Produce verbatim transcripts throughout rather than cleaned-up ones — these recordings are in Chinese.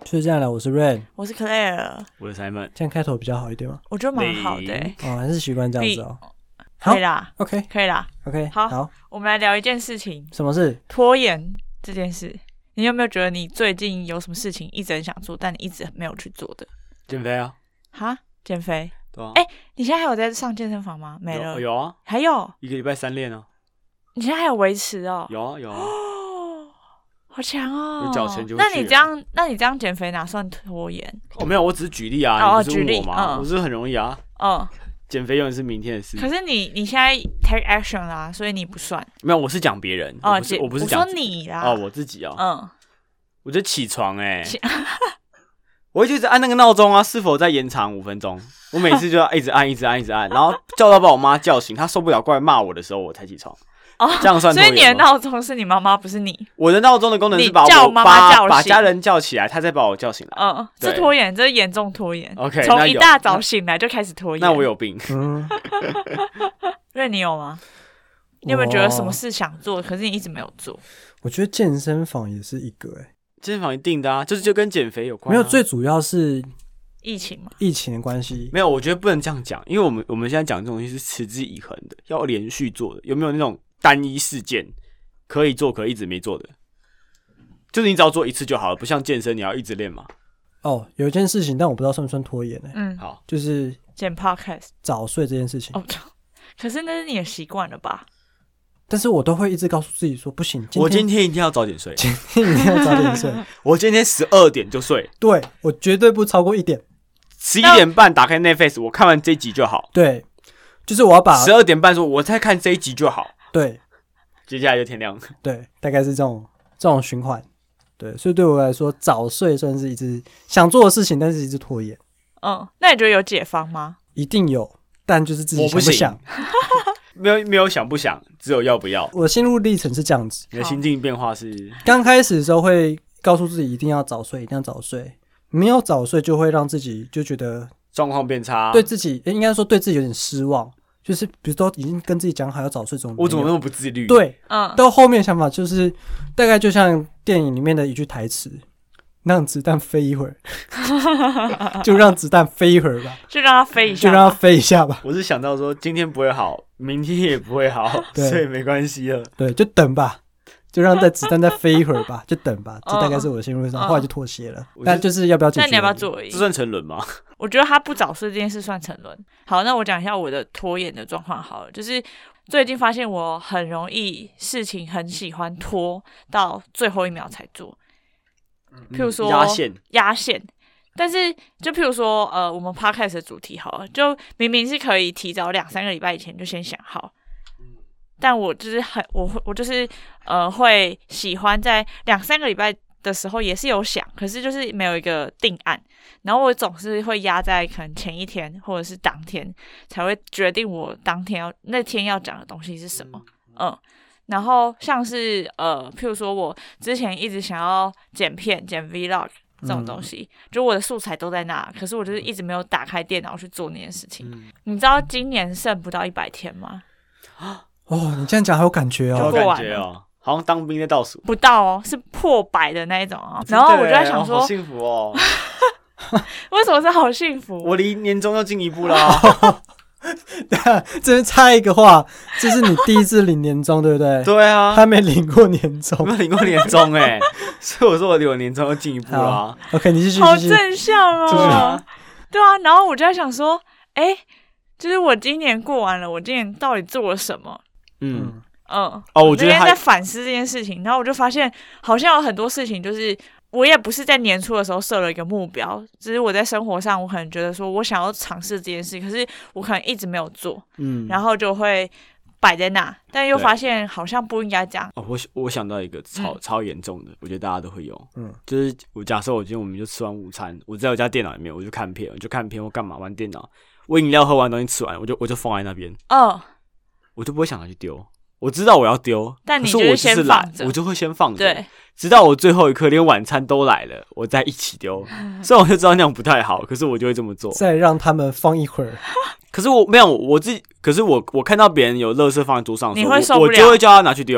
就是这样了，我是 Ren， 我是 Claire， 我是 Simon。 这样开头比较好一点吗？ 我觉得蛮好的、欸、 哦，还是习惯这样子哦。 可以啦 ，OK， 可以啦 ，OK， 好， 好， 我们来聊一件事情， 什么事？ 拖延这件事。你有没有觉得你最近有什么事情一直很想做，但你一直没有去做的？ 减肥啊？ 哈，减肥？ 对啊。 哎、欸，你现在还有在上健身房吗？没了。 有, 有啊， 还有一个礼拜三练啊。 你现在还有维持哦？ 有啊有啊。 哦，好强哦！ 有缴钱就那你这样，那你这样减肥哪算拖延？ 哦，没有，我只是举例啊。 哦， 你不是问我吗？ 嗯、 我是很容易啊。 嗯。 减肥永远是明天的事。 可是你你现在 take action 啦，所以你不算。 没有，我是讲别人。 哦， 我不是我不是讲我说你啦。 哦，我自己哦。 嗯。 我就起床哎、欸，我会一直按那个闹钟啊，是否再延长五分钟？我每次就要一直按，一直按，一直按，然后叫到把我妈叫醒，她受不了过来骂我的时候，我才起床。 哦， 这样算拖延吗？ 所以你的闹钟是你妈妈，不是你。 我的闹钟的功能是把我叫妈妈叫醒， 把家人叫起来，她再把我叫醒来。 嗯，这拖延，这是严重拖延。 OK， 从一大早醒来就开始拖延。 那我有病。 嗯， 瑞，你有吗？你有没有觉得什么事想做，可是你一直没有做？ 我觉得健身房也是一个哎、欸。 健身房一定的啊，就是就跟减肥有关、啊。 没有，最主要是疫情嘛， 疫情的关系。 没有，我觉得不能这样讲，因为我们我们现在讲这种东西是持之以恒的，要连续做的。有没有那种单一事件可以做，可以一直没做的？就是你只要做一次就好了，不像健身你要一直练嘛。 哦，有一件事情，但我不知道算不算拖延呢、欸？ 嗯， 好， 就是剪 podcast 早睡这件事情。 哦，可是那是你的习惯了吧？ 但是我都会一直告诉自己说不行，今我今天一定要早点睡， 今天一定要早点睡。 我今天十二点就睡， 对，我绝对不超过一点。 十一点半打开 Netflix， 我看完这一集就好。 对，就是我要把十二点半说，我再看这一集就好。 对， 接下来就天亮。 对，大概是这种这种循环。对，所以对我来说，早睡算是一直想做的事情，但是一直拖延。 嗯，那你觉得有解方吗？ 一定有，但就是自己想不想。 没有没有想不想，只有要不要。 我的心路历程是这样子， 你的心境变化是： 刚开始的时候会告诉自己一定要早睡，一定要早睡，没有早睡就会让自己就觉得状况变差， 对自己应该说对自己有点失望，就是比如说已经跟自己讲好要早睡，怎么我怎么那么不自律？ 对， 嗯， 到后面想法就是大概就像电影里面的一句台词。让子弹飞一会儿，就让子弹飞一会儿吧， 就让它飞一下， 就让它飞一下吧。 我是想到说，今天不会好，明天也不会好，所以没关系了。 对，就等吧，就让在子弹再飞一会儿吧，就等吧。这大概是我的心路上， 嗯、 后来就妥协了。但就是要不要解决？ 那你要不要做而已？ 这算沉沦吗？ 我觉得他不早睡这件事算沉沦。好，那我讲一下我的拖延的状况好了，就是最近发现我很容易事情很喜欢拖到最后一秒才做。譬如说压线， 压线，但是就譬如说，呃，我们 podcast 的主题好了，就明明是可以提早两三个礼拜以前就先想好，但我就是很，我会，我就是呃，会喜欢在两三个礼拜的时候也是有想，可是就是没有一个定案，然后我总是会压在可能前一天或者是当天才会决定我当天要那天要讲的东西是什么，嗯。然后像是呃，譬如说我之前一直想要剪片、剪 vlog 这种东西，嗯、就我的素材都在那，可是我就是一直没有打开电脑去做那件事情。嗯、你知道今年剩不到一百天吗？ 哦，你这样讲好有感觉哦， 就过完了， 感觉哦，好像当兵在倒数， 不到哦，是破百的那一种哦。然后我就在想说， 好幸福哦， 为什么是好幸福？ 我离年终又进一步啦。 对啊，这边插一个话，这是你第一次领年终，对不对？ 对啊， 他没领过年终， 没有领过年终哎，所以我说我离我年终又进一步啦。 OK， 你继续， 好正向哦。对啊，然后我就在想说，哎，就是我今年过完了，我今年到底做了什么？ 嗯嗯， 哦，我觉得那天在反思这件事情，然后我就发现好像有很多事情就是。我也不是在年初的时候设了一个目标，只是我在生活上，我可能觉得说我想要尝试这件事，可是我可能一直没有做，嗯，然后就会摆在那，但又发现好像不应该这样。 哦，我我想到一个超、嗯、超严重的，我觉得大家都会有，嗯，就是我假设我今天我们就吃完午餐，我在我家电脑里面，我就看片，我就看片或干嘛玩电脑，我饮料喝完东西吃完，我就我就放在那边，嗯，我就不会想拿去丢。我知道我要丢， 但你就是先放着， 我就会先放着， 对， 直到我最后一刻，连晚餐都来了，我再一起丢。虽然我就知道那样不太好，可是我就会这么做， 再让他们放一会儿。 可是我没有，我自己，可是我我看到别人有垃圾放在桌上的时候， 你会受不了， 我就会叫他拿去丢。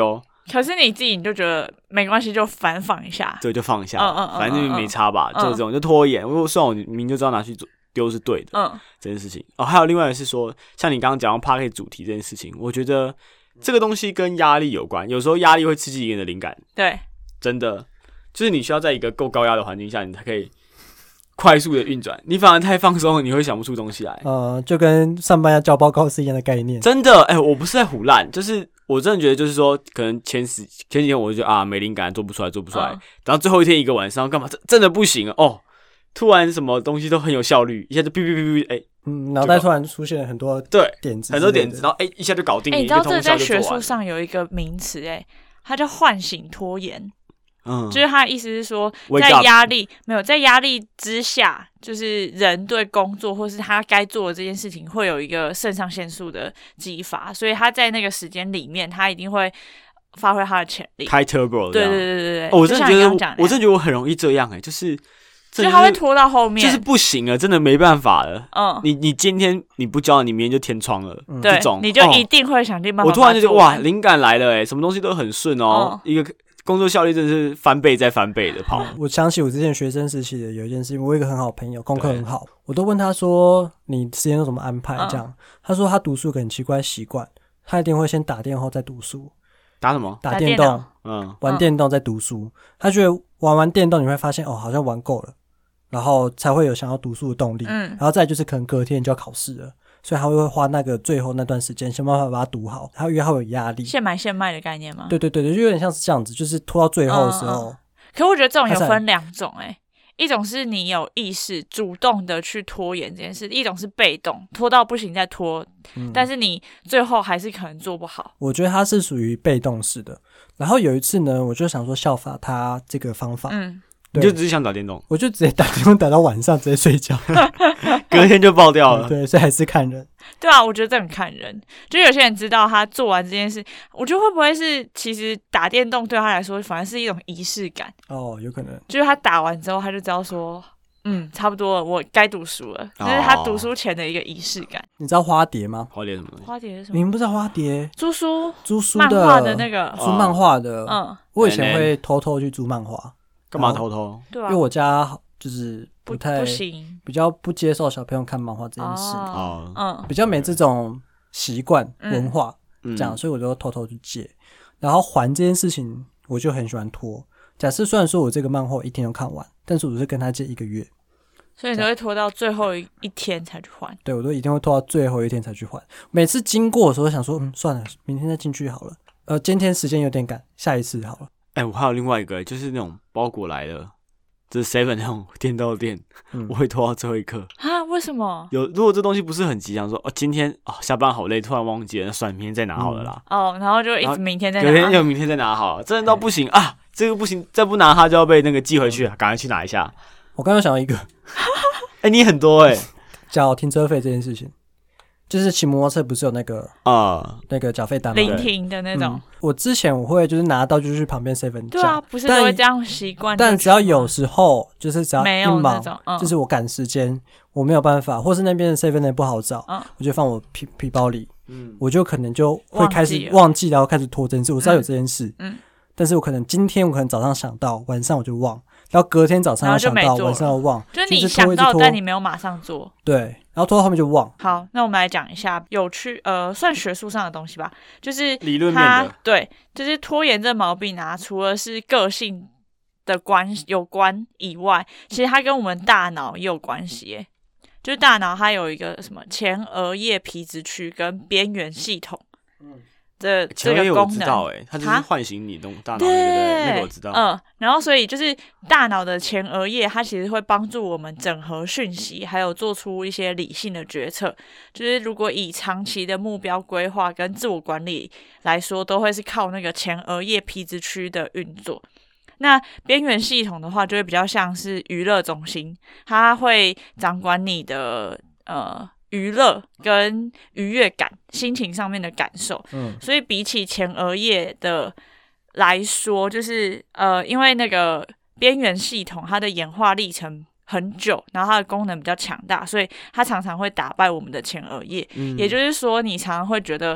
可是你自己你就觉得没关系，就反放一下， 对，就放一下， 嗯嗯嗯反正就没差吧， 嗯就这种就拖延。因为虽然我明明就知道拿去丢是对的， 嗯， 这件事情。哦，还有另外的是说，像你刚刚讲到 Podcast 主题这件事情，我觉得这个东西跟压力有关，有时候压力会刺激一个人的灵感， 对， 真的就是你需要在一个够高压的环境下，你才可以快速的运转。你反而太放松了，你会想不出东西来。 呃，就跟上班要交报告是一样的概念。 真的，哎、欸，我不是在唬烂，就是我真的觉得，就是说，可能前十前几天我就觉得啊没灵感，做不出来，做不出来。嗯、然后最后一天一个晚上干嘛？真真的不行哦！突然什么东西都很有效率，一下就哔哔哔哔，哎、欸， 嗯，脑袋突然出现了很多对点子， 很多点子，然后哎、欸、一下就搞定了。哎、欸， 你知道这在学术上有一个名词，哎，它叫唤醒拖延。嗯，就是他的意思是说，在压力没有在压力之下，就是人对工作或是他该做的这件事情会有一个肾上腺素的激发，所以他在那个时间里面，他一定会发挥他的潜力， 开 turbo。 对对对对对， 哦、我真的觉得，我真的觉得我很容易这样哎、欸，就是， 就他会拖到后面， 就是不行了，真的没办法了。嗯，你你今天你不交，你明天就天窗了，嗯、这种你就一定会想尽办法、 哦。我突然就觉得哇，灵感来了哎、欸，什么东西都很顺哦，嗯、一个。工作效率真的是翻倍再翻倍的跑。 我想起我之前学生时期的有一件事情，我有一个很好的朋友，功课很好，我都问他说：“你时间都怎么安排？”这样，嗯、他说他读书有个很奇怪的习惯，他一定会先打电话再读书。 打什么？ 打电动，嗯，玩电动再读书。他觉得玩完电动你会发现哦，好像玩够了，然后才会有想要读书的动力。嗯，然后再就是可能隔天就要考试了。所以他会花那个最后那段时间想办法把它读好，他因为他会有压力， 现买现卖的概念吗？ 对对对对，就有点像是这样子，就是拖到最后的时候。嗯嗯、 可我觉得这种有分两种、欸，哎，一种是你有意识主动的去拖延这件事，一种是被动拖到不行再拖，嗯、但是你最后还是可能做不好。 我觉得他是属于被动式的。然后有一次呢，我就想说效法他这个方法，嗯。 你就只是想打电动， 我就直接打电动打到晚上，直接睡觉， 隔天就爆掉了。 对，所以还是看人。 对啊，我觉得这很看人。就有些人知道他做完这件事，我觉得会不会是其实打电动对他来说反而是一种仪式感？ 哦，有可能。 就是他打完之后，他就知道说，嗯，差不多了，我该读书了。这、哦、是他读书前的一个仪式感。 你知道花蝶吗？ 花蝶什么？ 花蝶是什么？ 你们不知道花蝶？ 租书， 租书的漫画的那个， 租漫画的。嗯，我以前会偷偷去租漫画。 干嘛偷偷？ 对啊， 因为我家就是不太不行， 比较不接受小朋友看漫画这件事， 哦， 嗯，比较没这种习惯文化， 嗯、 这样，所以我就偷偷去借。然后还这件事情，我就很喜欢拖。假设虽然说我这个漫画我一天就看完，但是我是跟他借一个月， 所以你都会拖到最后一天才去还。 对，我都一定会拖到最后一天才去还。每次经过的时候，想说，嗯，算了，明天再进去好了。呃，今天时间有点赶，下一次好了。 哎、欸，我还有另外一个，就是那种包裹来的，就是 seven 那种电豆店，嗯、我会拖到最后一刻啊？为什么？ 有如果这东西不是很急，想说哦，今天哦下班好累，突然忘记了，那算了，明天再拿好了啦。 嗯、哦，然后就一直明天再拿， 隔天又明天再拿好了，真的到不行啊！这个不行，再不拿它就要被那个寄回去，赶快去拿一下。 我刚刚想到一个， 哎、欸，你很多哎、欸， 缴停车费这件事情。就是骑摩托车不是有那个啊、uh, 那个缴费单吗？ 临停的那种、嗯。 我之前我会就是拿到就去旁边 seven 对啊，不是都会这样习惯。 但只要有时候就是只要一忙， 嗯、 就是我赶时间，我没有办法，或是那边的 seven 也不好找，嗯、我就放我皮皮包里，嗯，我就可能就会开始忘记，然后开始拖这件事。我知道有这件事，嗯，嗯但是我可能今天我可能早上想到，晚上我就忘。然后隔天早上要想到，晚上要忘， 就是你想到，但你没有马上做。 对，然后拖到后面就忘。 好，那我们来讲一下有趣，呃，算学术上的东西吧，就是理论面的。 对，就是拖延这毛病啊，除了是个性的关有关以外，其实它跟我们大脑也有关系耶。就是大脑它有一个什么前额叶皮质区跟边缘系统。嗯。这这个功能，我知道哎，它就是唤醒你的大脑，对不对？那个我知道。 嗯，然后所以就是大脑的前额叶，它其实会帮助我们整合讯息，还有做出一些理性的决策。就是如果以长期的目标规划跟自我管理来说，都会是靠那个前额叶皮质区的运作。那边缘系统的话，就会比较像是娱乐中心，它会掌管你的呃。娱乐跟愉悦感、心情上面的感受，嗯，所以比起前额叶的来说，就是呃，因为那个边缘系统它的演化历程很久，然后它的功能比较强大，所以它常常会打败我们的前额叶。嗯，也就是说，你常常会觉得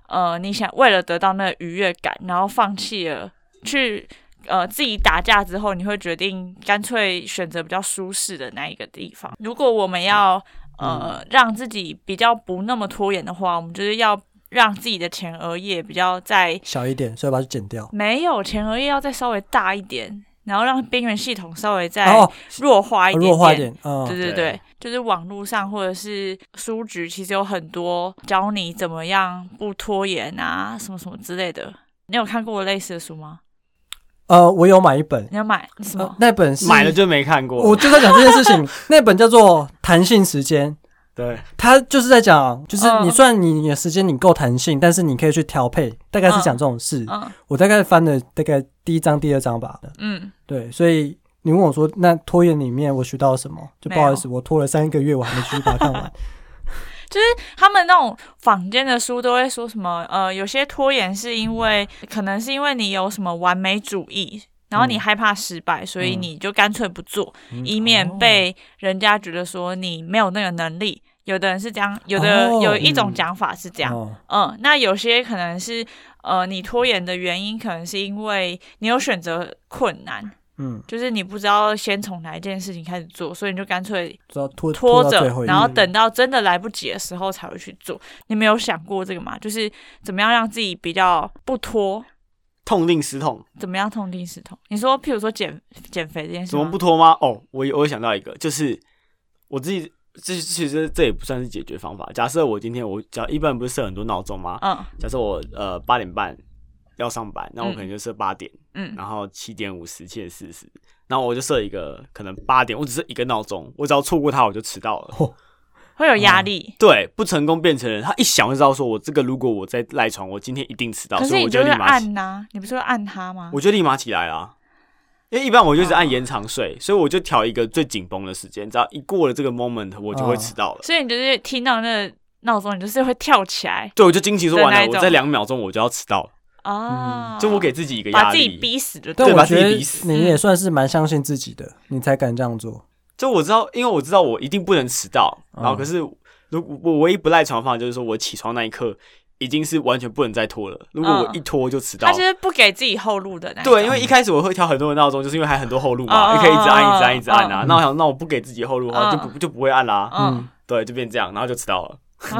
呃，你想为了得到那个愉悦感，然后放弃了去呃自己打架之后，你会决定干脆选择比较舒适的那一个地方。如果我们要呃、嗯、让自己比较不那么拖延的话，我们就是要让自己的前额叶比较再小一点，所以把它剪掉。 没有，前额叶要再稍微大一点，然后让边缘系统稍微再弱化一点点。 哦、弱化一点，哦、 对对对，就是网络上或者是书局，其实有很多教你怎么样不拖延啊，什么什么之类的。你有看过类似的书吗？ 呃，我有买一本。 你要买什么？呃、 那本是买了就没看过。 我就在讲这件事情。那本叫做《弹性时间》。 对， 他就是在讲，就是你虽然你的时间你够弹性，嗯、但是你可以去调配，大概是讲这种事。嗯，我大概翻了大概第一章、第二章吧。嗯，对，所以你问我说，那拖延里面我学到了什么？就不好意思，我拖了三个月，我还没继续把它看完。 就是他们那种坊间的书都会说什么，呃，有些拖延是因为可能是因为你有什么完美主义。然后你害怕失败，嗯、所以你就干脆不做，嗯、以免被人家觉得说你没有那个能力。有的人是这样，有的、哦、有一种讲法是这样，嗯, 嗯，那有些可能是呃，你拖延的原因可能是因为你有选择困难，嗯，就是你不知道先从哪一件事情开始做，所以你就干脆拖拖着，然后等到真的来不及的时候才会去做。你没有想过这个吗？就是怎么样让自己比较不拖？ 痛定思痛， 怎么样痛定思痛？你说，譬如说减减肥这件事， 怎么不拖吗？哦，我我有想到一个，就是我自己，这其实这也不算是解决方法。假设我今天我假一般不是设很多闹钟吗？嗯，假设我呃八点半要上班，那我可能就设八点，嗯，然后七点五十、七点四十，然后我就设一个可能八点，我只是一个闹钟，我只要错过它，我就迟到了。哦， 会有压力、 嗯，对，不成功变成人。他一想就知道，说我这个如果我再赖床，我今天一定迟到。 可是你就会按呐、啊，你不是会按它吗？ 我就立马起来啦，因为一般我就一直按延长睡，哦、所以我就调一个最紧绷的时间，只要一过了这个 moment， 我就会迟到了。 哦、所以你就是听到那个闹钟，你就是会跳起来。 对，我就惊奇说完了，我在两秒钟我就要迟到了。 哦、 嗯，就我给自己一个压力， 把自己逼死就对。 把自己逼死。 你也算是蛮相信自己的，你才敢这样做。 就我知道，因为我知道我一定不能迟到，然后可是。如果我唯一不赖床的方法就是说，我起床那一刻已经是完全不能再拖了。如果我一拖就迟到， 他就是不给自己后路的那一种。 对，因为一开始我会调很多的闹钟，就是因为还很多后路嘛，你、哦、可以一直按、一直按、一直按啊。那、哦、我想，那我不给自己后路的话，就不就不会按啦。嗯，对，就变这样，然后就迟到了。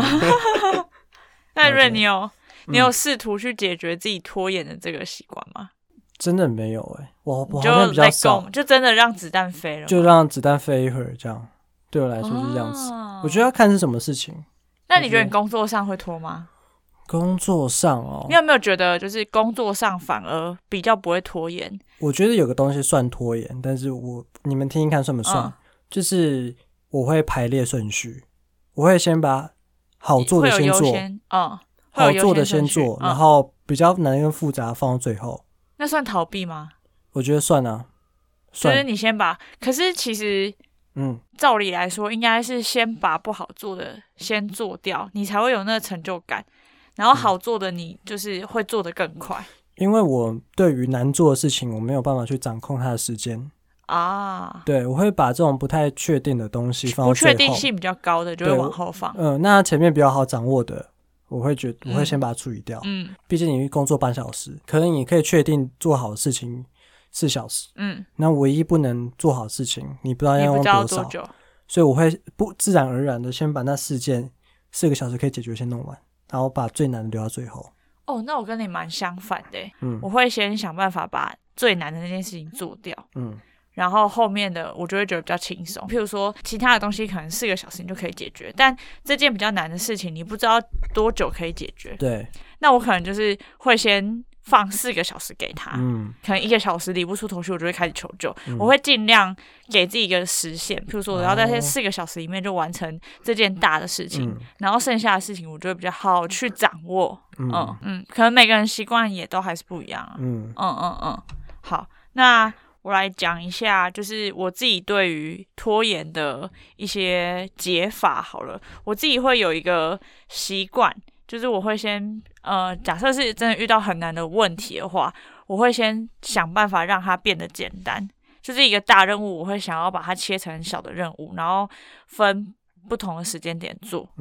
那瑞，你有你有試圖去解決自己拖延的這個習慣嗎？ 真的沒有誒、欸，我我好像比較少， 就真的讓子彈飛了， 就讓子彈飛一會兒，這樣對我來說是這樣子。哦、我覺得要看是什麼事情。 那你覺得你工作上會拖嗎？ 工作上哦， 你有沒有覺得就是工作上反而比較不會拖延？ 我覺得有個東西算拖延，但是我你們聽聽看算不算？嗯、就是我會排列順序，我會先把好做的先做， 嗯， 好做的先做，然後比較難跟複雜放到最後。 那算逃避嗎？ 我覺得算啊，算就是你先把，可是其實。嗯，照理來說，應該是先把不好做的先做掉，你才會有那個成就感。然後好做的你就是會做得更快。嗯、 因為我對於難做的事情，我沒有辦法去掌控它的時間啊。對，我會把這種不太確定的東西放到最後， 不確定性比較高的就會往後放。 嗯、呃，那前面比較好掌握的，我會覺得我會先把它處理掉。嗯，畢竟你工作半小時，可能你可以確定做好的事情。四小時，嗯，那唯一不能做好的事情，你不知道要用多少， 多久， 所以我會不自然而然的先把那四件四個小時可以解決先弄完，然後把最難的留到最後。 哦，那我跟你蠻相反的，嗯，我會先想辦法把最難的那件事情做掉，嗯，然後後面的我就會覺得比較輕鬆。譬如說，其他的東西可能四個小時你就可以解決，但這件比較難的事情，你不知道多久可以解決。 對， 那我可能就是會先。放四個小時給他，嗯，可能一個小時理不出頭緒，我就會開始求救。嗯、我會盡量給自己一個時限，譬如說我要在這四個小時裡面就完成這件大的事情，嗯、然後剩下的事情我就會比較好去掌握。嗯 嗯, 嗯，可能每個人習慣也都還是不一樣。嗯嗯嗯嗯，好，那我來講一下，就是我自己對於拖延的一些解法好了。我自己會有一個習慣。就是我會先，呃，假設是真的遇到很難的問題的話，我會先想辦法讓它變得簡單。就是一個大任務，我會想要把它切成小的任務，然後分不同的時間點做。嗯，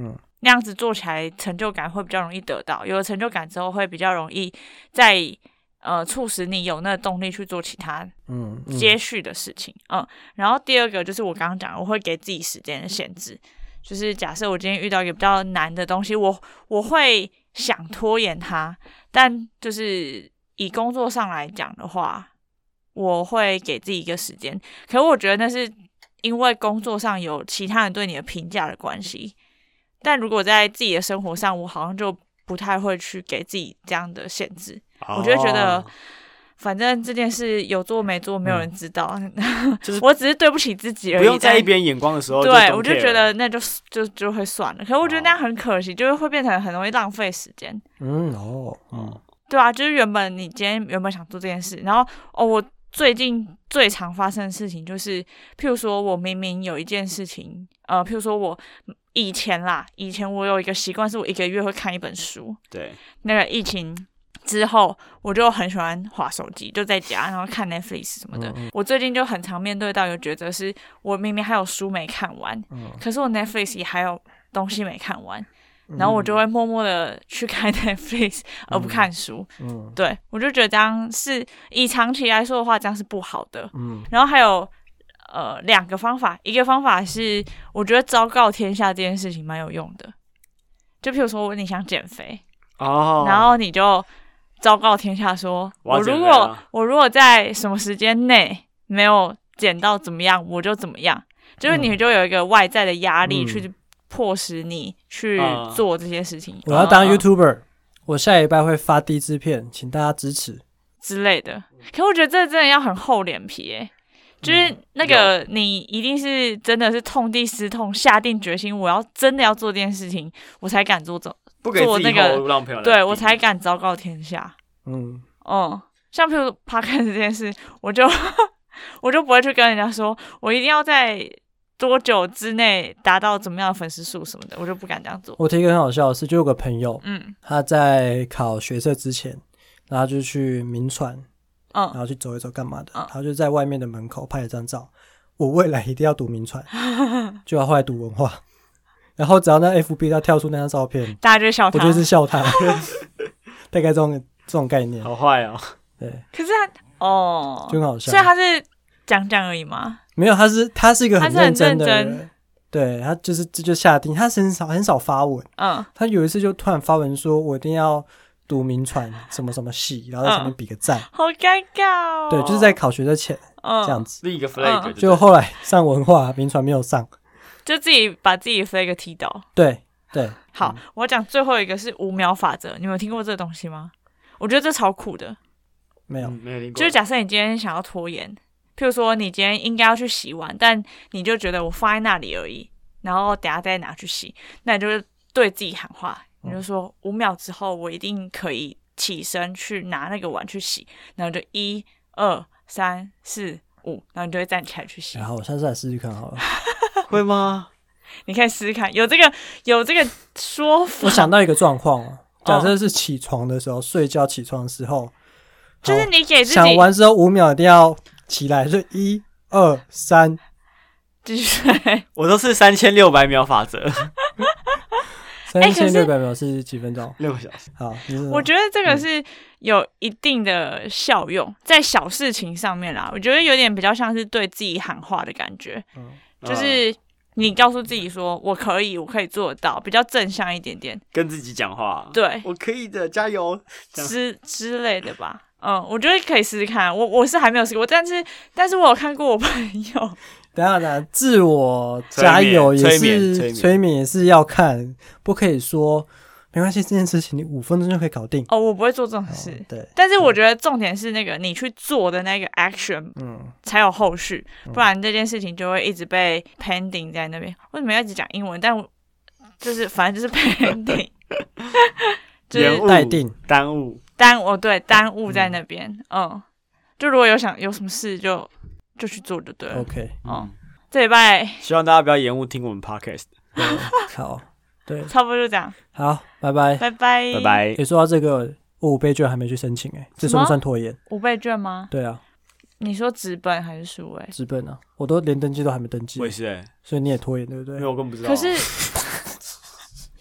那样子做起来成就感会比较容易得到，有了成就感之后会比较容易在呃促使你有那个动力去做其他嗯接续的事情。嗯, 嗯，然后第二个就是我刚刚讲的，我会给自己时间的限制，就是假设我今天遇到一个比较难的东西，我我会想拖延它，但就是以工作上来讲的话，我会给自己一个时间。可是我觉得那是因为工作上有其他人对你的评价的关系，但如果在自己的生活上，我好像就不太会去给自己这样的限制。 哦、 我就觉得反正这件事有做没做没有人知道、 嗯就是、 我只是对不起自己而已， 不用在意别人眼光的时候就对我就觉得那就就就会算了。可是我觉得那样很可惜、哦、就是会变成很容易浪费时间。 嗯哦嗯， 对啊，就是原本你今天原本想做这件事，然后哦我最近最常发生的事情就是，譬如说我明明有一件事情，呃，譬如说我以前啦，以前我有一个习惯，是我一个月会看一本书。 对。 那个疫情之后，我就很喜欢滑手机，就在家然后看 Netflix 什么的。嗯嗯，我最近就很常面对到一个抉择，是我明明还有书没看完，嗯、可是我 Netflix 也还有东西没看完。然后我就会默默的去看 Netflix 而不看书。嗯嗯、对，我就觉得这样是以长期来说的话，这样是不好的。嗯、然后还有呃两个方法，一个方法是我觉得昭告天下这件事情蛮有用的，就譬如说你想减肥，哦，然后你就昭告天下说，我如果我如果在什么时间内没有减到怎么样，我就怎么样，就是你就有一个外在的压力去、嗯。迫使你去做这些事情。 我要当 YouTuber，、嗯、我下礼拜会发第一支片，请大家支持之类的。可我觉得这真的要很厚脸皮耶，就是那个、嗯、你一定是真的是痛定思痛，下定决心，我要真的要做这件事情，我才敢做做不给自己后浪票， 对我才敢昭告天下。嗯嗯，像譬如 Podcast 这件事，我就我就不会去跟人家说，我一定要在多久之内达到怎么样的粉丝数什么的，我就不敢这样做。 我提一个很好笑的事，就有个朋友，嗯，他在考学测之前，然后就去民传，嗯，然后去走一走干嘛的，嗯、然后就在外面的门口拍了张照。我未来一定要读民传，就要后来读文化，然后只要那 F B 他跳出那张照片， 大家就笑他， 我就是笑他，大概这种这种概念。 好坏哦， 对。可是他哦， 就很好笑。 所以他是讲讲而已吗？ 没有，他是他是一个很认真的人，他对他就是这就下定，他很少很少发文，嗯，他有一次就突然发文说，我一定要读民传什么什么系，然后在上面比个赞，嗯、 好尴尬哦。 对，就是在考学的前、嗯、这样子立一个 flag，、嗯、 就后来上文化民传没有上， 就自己把自己的 flag 踢倒。 对对， 好，嗯、我讲最后一个是五秒法则，你们有听过这个东西吗？我觉得这超酷的。 没有、 嗯、没有听过。 就是假设你今天想要拖延。譬如说你今天应该要去洗碗，但你就觉得我放在那里而已，然后等下再拿去洗，那你就对自己喊话，你就说五秒之后我一定可以起身去拿那个碗去洗，然后就一二三四五，然后你就会站起来去洗。 然后我下次来试试看好了。 会吗？ 你可以试试看，有这个有这个说法。 我想到一个状况哦，假设是起床的时候，哦、睡觉起床的时候， 就是你给自己想完之后五秒一定要起来，就一二三， 继续睡。 我都是三千六百秒法则。 三千六百秒是几分钟？ 六个小时。 好， 我觉得这个是有一定的效用，嗯、在小事情上面啦。我觉得有点比较像是对自己喊话的感觉，嗯、就是你告诉自己说：“我可以，我可以做得到。”比较正向一点点， 跟自己讲话。 对， 我可以的，加油之之类的吧。嗯，我觉得可以试试看。我我是还没有试过，但是但是我有看过我朋友。 等一下，等一下，自我加油也是催眠，催眠，催眠也是要看，不可以说没关系，这件事情你五分钟就可以搞定。 哦，我不会做这种事。 哦、对， 但是我觉得重点是那个你去做的那个 action， 嗯，才有后续，不然这件事情就会一直被 pending 在那边。为什么要一直讲英文？但我就是反正就是 pending， 就是待定， 耽误。 耽误对耽误在那边，嗯，嗯，就如果有想有什么事就就去做就对了。 OK， 嗯，这礼拜希望大家不要延误听我们 podcast。 好，对， 差不多就这样。 好，拜拜， 拜拜， 拜拜。 也说到这个，我五倍券还没去申请、欸，哎，这算不算拖延？ 五倍券吗？ 对啊。 你说纸本还是数位？ 纸本啊，我都连登记都还没登记。 我也是哎、欸， 所以你也拖延对不对？ 因为我根本不知道、啊。 可是。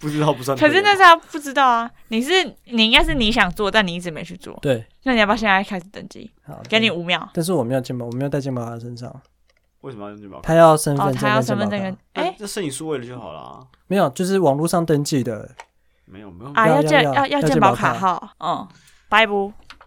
不知道不算。 可是那是他不知道啊，你是你应该是你想做，但你一直没去做。 对， 那你要不要现在开始登记？ 好， 给你五秒。 但是我没有健保，我没有带健保卡在身上。 为什么要用健保卡？ 他要身份证， 哦，他要身份证跟哎， 这是你数位的就好了。 没有，就是网络上登记的。 没有没有啊，要健要要健保卡号，嗯，拜不？